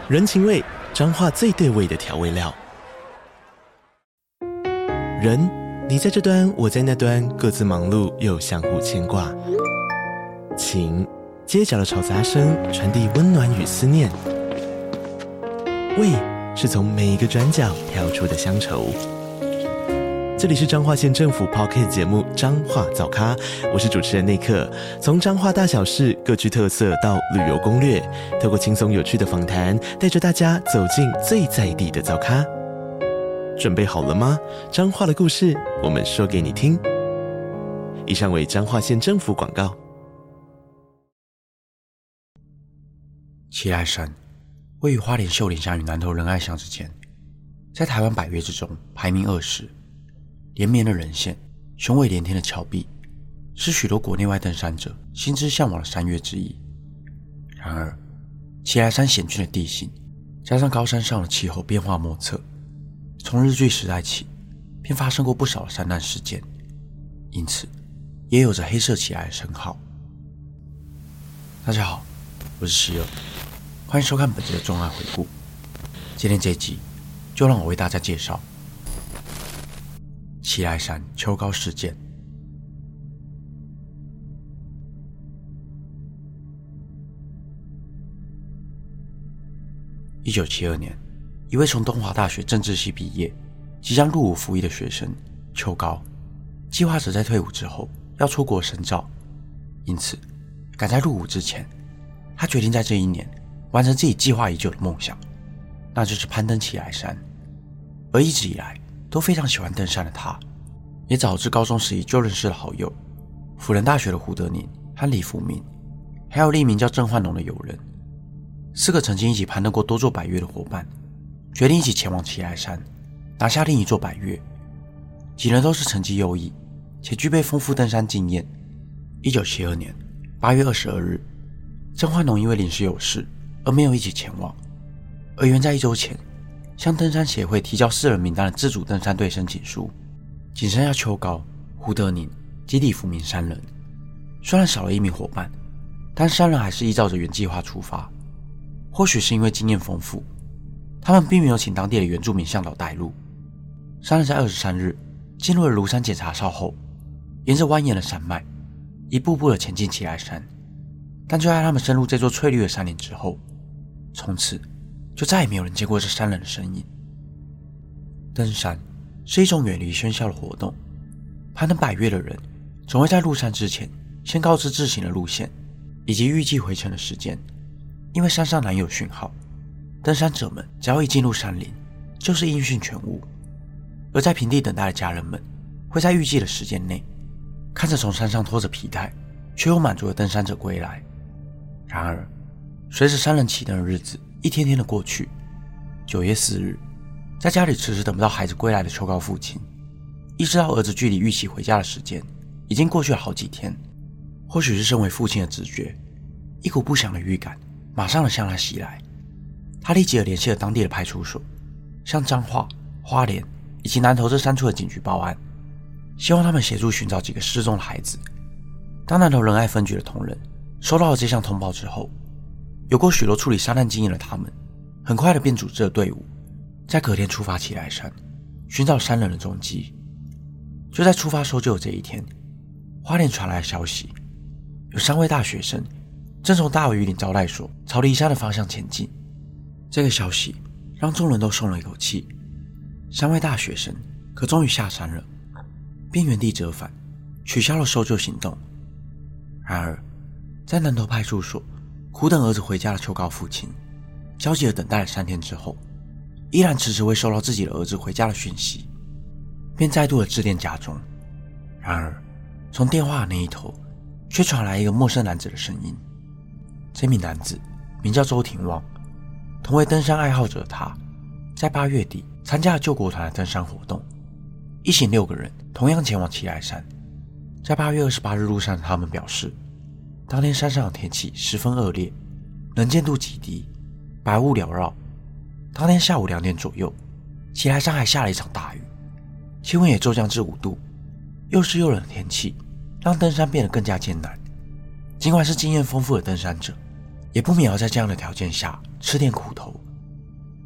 人情味，彰化最对味的调味料。人，你在这端，我在那端，各自忙碌又相互牵挂。情，街角的吵杂声传递温暖与思念。味，是从每一个转角跳出的乡愁。这里是彰化县政府 Podcast 节目《彰化早咖》，我是主持人内克。从彰化大小事各具特色到旅游攻略，透过轻松有趣的访谈，带着大家走进最在地的早咖。准备好了吗？彰化的故事，我们说给你听。以上为彰化县政府广告。 奇莱山位于花莲秀林乡与南投仁爱乡之间，在台湾百岳之中排名20。连绵的人线，雄伟连天的峭壁，是许多国内外登山者心之向往的山岳之一。然而，奇莱山险峻的地形，加上高山上的气候变化莫测，从日据时代起，便发生过不少的山难事件，因此也有着黑色奇莱的称号。大家好，我是希尔，欢迎收看本集的重案回顾。今天这一集，就让我为大家介绍奇莱山秋高事件。1972年，一位从东华大学政治系毕业，即将入伍服役的学生秋高，计划着在退伍之后要出国深造，因此赶在入伍之前，他决定在这一年完成自己计划已久的梦想，那就是攀登奇莱山。而一直以来都非常喜欢登山的他，也早至高中时期就认识了好友辅仁大学的胡德宁和李福明，还有另一名叫郑焕农的友人。4个曾经一起攀登过多座百岳的伙伴，决定一起前往奇莱山，拿下另一座百岳。几人都是成绩优异，且具备丰富登山经验。1972年8月22日，郑焕农因为临时有事而没有一起前往，而原在1周前向登山协会提交4人名单的自主登山队申请书，仅剩下秋高、胡德宁及李福明3人。虽然少了一名伙伴，但3人还是依照着原计划出发。或许是因为经验丰富，他们并没有请当地的原住民向导带路。3人在23日进入了庐山检查哨后，沿着蜿蜒的山脉一步步的前进奇莱山。但就在他们深入这座翠绿的山林之后，从此就再也没有人见过这3人的身影。登山是一种远离喧嚣的活动，攀登百岳的人总会在入山之前先告知自行的路线以及预计回程的时间。因为山上难有讯号，登山者们只要一进入山林就是音讯全无。而在平地等待的家人们会在预计的时间内看着从山上拖着疲态却又满足的登山者归来。然而随着3人启登的日子一天天的过去，9月4日，在家里迟迟等不到孩子归来的秋高父亲，意识到儿子距离预期回家的时间已经过去了好几天。或许是身为父亲的直觉，一股不祥的预感马上的向他袭来。他立即联系了当地的派出所，向彰化、花莲以及南投这3处的警局报案，希望他们协助寻找几个失踪的孩子。当南投仁爱分局的同仁收到了这项通报之后，有过许多处理山难经验的他们很快的便组织了队伍，在隔天出发奇莱山寻找3人的踪迹。就在出发搜救的这一天，花莲传来的消息，有3位大学生正从大屿岭招待所朝离山的方向前进。这个消息让众人都松了一口气，3位大学生可终于下山了，便原地折返，取消了搜救行动。然而在南投派出所苦等儿子回家的秋高父亲，焦急地等待了3天之后，依然迟迟未收到自己的儿子回家的讯息，便再度的致电家中。然而从电话的那一头却传来一个陌生男子的声音。这名男子名叫周廷旺，同为登山爱好者的他，在8月底参加了救国团的登山活动，一行6个人同样前往奇莱山。在8月28日入山的他们表示，当天山上的天气十分恶劣，能见度极低，白雾缭绕。当天下午2点左右，奇莱山还下了一场大雨，气温也骤降至5度，又湿又冷的天气让登山变得更加艰难。尽管是经验丰富的登山者，也不免要在这样的条件下吃点苦头，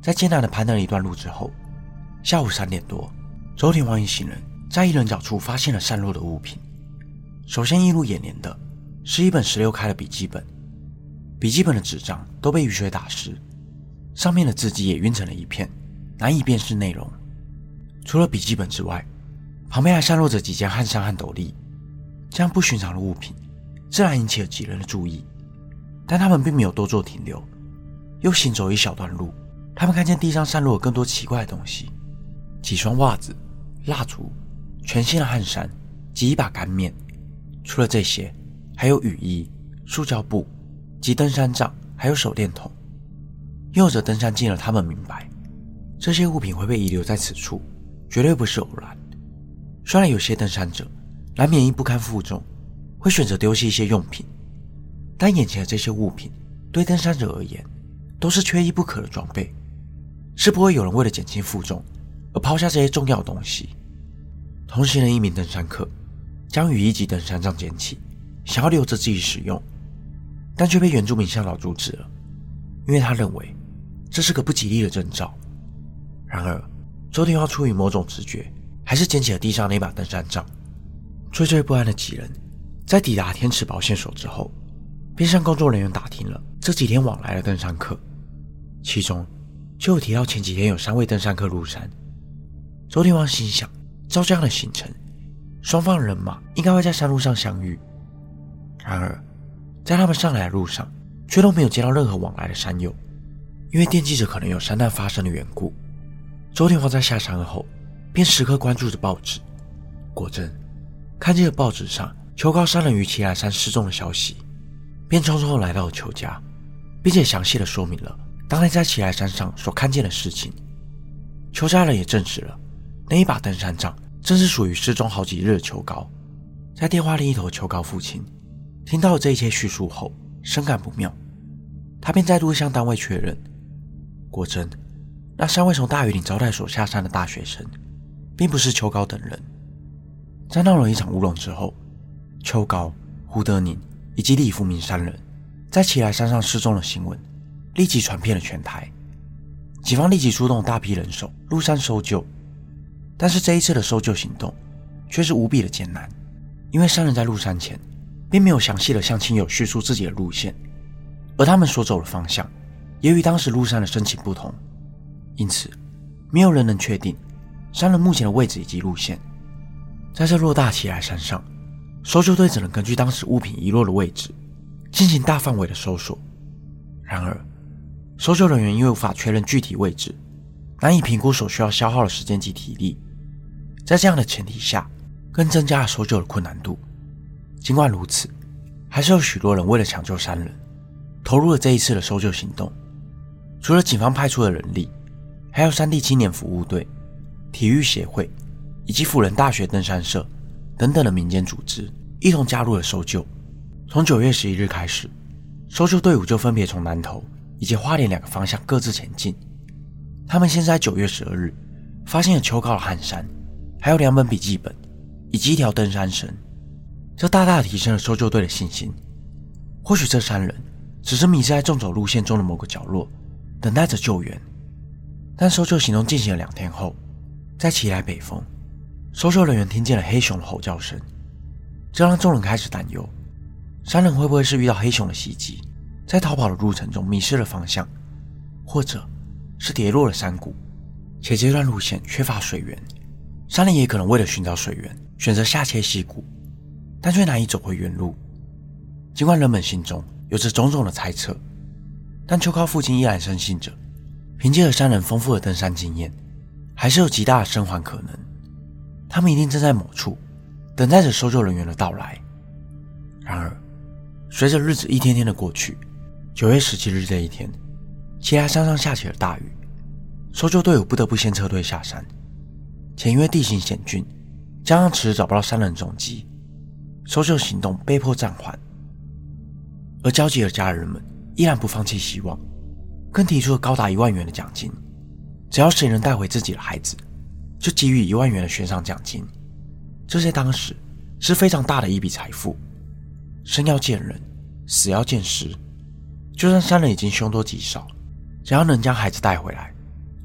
在艰难地攀登了一段路之后，下午3点多，周庭王一行人在一棱角处发现了散落的物品。首先映入眼帘的是一本16开的笔记本，笔记本的纸张都被雨水打湿，上面的字迹也晕成了一片，难以辨识内容。除了笔记本之外，旁边还散落着几件汗衫和斗笠。这样不寻常的物品自然引起了几人的注意，但他们并没有多做停留。又行走一小段路，他们看见地上散落了更多奇怪的东西，几双袜子、蜡烛、全新的汗衫及一把干面。除了这些，还有雨衣、塑胶布及登山杖，还有手电筒。拥有着登山镜的他们明白，这些物品会被遗留在此处，绝对不是偶然。虽然有些登山者难免因不堪负重会选择丢弃一些用品，但眼前的这些物品对登山者而言都是缺一不可的装备，是不会有人为了减轻负重而抛下这些重要的东西。同行的一名登山客将雨衣及登山杖捡起，想要留着自己使用，但却被原住民向导阻止了，因为他认为这是个不吉利的征兆。然而周庭王出于某种直觉，还是捡起了地上那把登山杖。惴惴不安的几人在抵达天池保险所之后，便向工作人员打听了这几天往来的登山客，其中就有提到前几天有3位登山客入山。周庭王心想，照这样的行程，双方人马应该会在山路上相遇。然而在他们上来的路上，却都没有见到任何往来的山友，因为惦记着可能有山难发生的缘故。周庭王在下山后便时刻关注着报纸，果真看见了报纸上邱高3人于奇莱山失踪的消息，便匆匆来到了邱家，并且详细的说明了当天在奇莱山上所看见的事情。邱家人也证实了那一把登山杖正是属于失踪好几日的邱高。在电话另一头的邱高父亲听到了这一切叙述后，深感不妙，他便再度向单位确认，果真那3位从大屿岭招待所下山的大学生并不是邱高等人。在闹了一场乌龙之后，邱高、胡德宁以及李福明3人在奇莱山上失踪的新闻立即传遍了全台，警方立即出动大批人手入山搜救。但是这一次的搜救行动却是无比的艰难，因为3人在入山前并没有详细的向亲友叙述自己的路线，而他们所走的方向也与当时入山的申请不同，因此没有人能确定3人目前的位置以及路线。在这偌大奇莱山上，搜救队只能根据当时物品遗落的位置进行大范围的搜索。然而搜救人员因为无法确认具体位置，难以评估所需要消耗的时间及体力，在这样的前提下更增加了搜救的困难度。尽管如此，还是有许多人为了抢救3人投入了这一次的搜救行动。除了警方派出的人力，还有山地青年服务队、体育协会以及辅仁大学登山社等等的民间组织一同加入了搜救。从9月11日开始，搜救队伍就分别从南投以及花莲2个方向各自前进。他们先在9月12日发现了邱高的汗衫，还有2本笔记本以及一条登山绳，这大大提升了搜救队的信心。或许这3人只是迷失在纵走路线中的某个角落，等待着救援。但搜救行动进行了2天后，在奇莱北峰，搜救人员听见了黑熊的吼叫声，这让众人开始担忧，3人会不会是遇到黑熊的袭击，在逃跑的路程中迷失了方向，或者是跌落了山谷，且这段路线缺乏水源，3人也可能为了寻找水源选择下切溪谷，但却难以走回原路。尽管人们心中有着种种的猜测，但邱高父亲依然深信着凭借着3人丰富的登山经验，还是有极大的生还可能。他们一定正在某处等待着搜救人员的到来。然而随着日子一天天的过去，9月17日这一天，奇莱山上下起了大雨，搜救队伍不得不先撤退下山，且因为地形险峻，加上迟迟找不到3人踪迹，搜救行动被迫暂缓。而焦急的家人们依然不放弃希望，更提出了高达1万元的奖金，只要谁能带回自己的孩子，就给予1万元的悬赏奖金。这在当时是非常大的一笔财富，生要见人，死要见尸。就算3人已经凶多吉少，只要能将孩子带回来，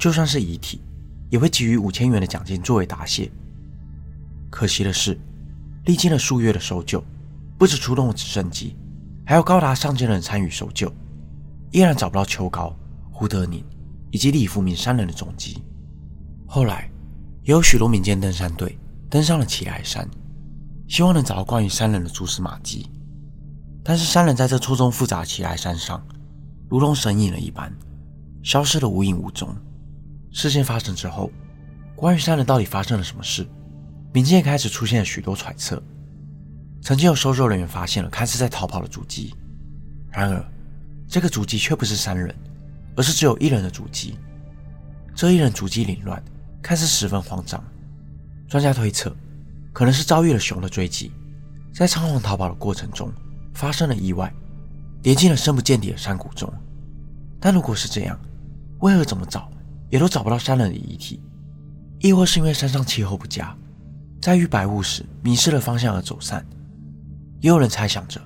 就算是遗体，也会给予5000元的奖金作为答谢。可惜的是，历经了数月的搜救，不止出动了直升机，还有高达上千人参与搜救，依然找不到邱高、胡德宁以及李福明3人的踪迹。后来，也有许多民间登山队登上了奇来山，希望能找到关于3人的蛛丝马迹。但是3人在这错综复杂的奇来山上，如同神隐了一般，消失得无影无踪。事件发生之后，关于3人到底发生了什么事，民间也开始出现了许多揣测。曾经有搜救人员发现了看似在逃跑的足迹，然而这个足迹却不是3人，而是只有1人的足迹。这1人足迹凌乱，看似十分慌张。专家推测，可能是遭遇了熊的追击，在仓皇逃跑的过程中发生了意外，跌进了深不见底的山谷中。但如果是这样，为何怎么找也都找不到3人的遗体？亦或是因为山上气候不佳，在遇白雾时迷失了方向而走散？也有人猜想着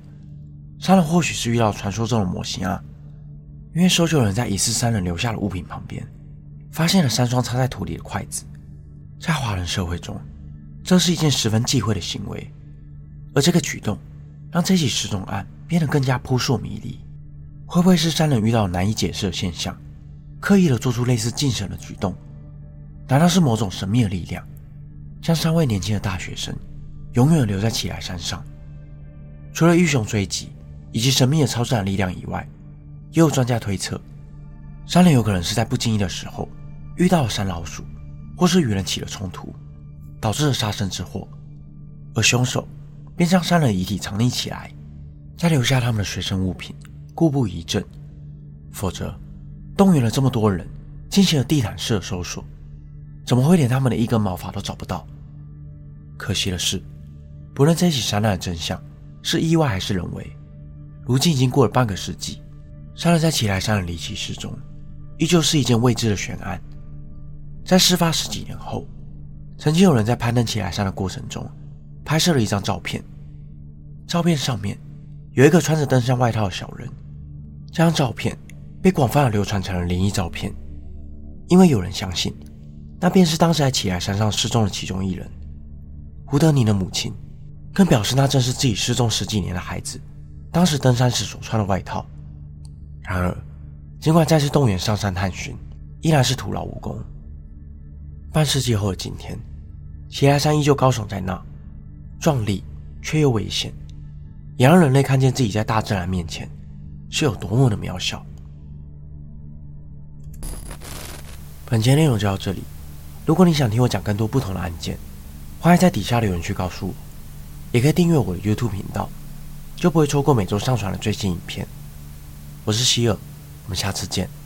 3人或许是遇到传说中的魔星啊，因为搜救人在疑似3人留下的物品旁边发现了3双插在土里的筷子。在华人社会中，这是一件十分忌讳的行为，而这个举动让这起失踪案变得更加扑朔迷离。会不会是3人遇到难以解释的现象，刻意的做出类似竞神的举动？难道是某种神秘的力量，将3位年轻的大学生永远留在奇来山上？除了遇熊追击以及神秘的超自然力量以外，也有专家推测，3人有可能是在不经意的时候遇到了山老鼠，或是与人起了冲突，导致了杀身之祸，而凶手便将3人的遗体藏匿起来，再留下他们的随身物品，故布疑阵。否则，动员了这么多人进行了地毯式的搜索，怎么会连他们的一根毛发都找不到？可惜的是，不论这起山难的真相是意外还是人为，如今已经过了半个世纪，3人在奇来山的离奇失踪依旧是一件未知的悬案。在事发10几年后，曾经有人在攀登奇来山的过程中拍摄了一张照片，照片上面有一个穿着登山外套的小人。这张照片被广泛的流传成了灵异照片，因为有人相信那便是当时在奇来山上失踪的其中1人。胡德宁的母亲更表示那正是自己失踪10几年的孩子当时登山时所穿的外套。然而尽管再次动员上山探寻，依然是徒劳无功。半世纪后的今天，奇来山依旧高耸在那，壮丽却又危险，也让人类看见自己在大自然面前是有多么的渺小。本节内容就到这里，如果你想听我讲更多不同的案件，欢迎在底下留言区告诉我，也可以订阅我的 YouTube 频道，就不会错过每周上传的最新影片。我是希尔，我们下次见。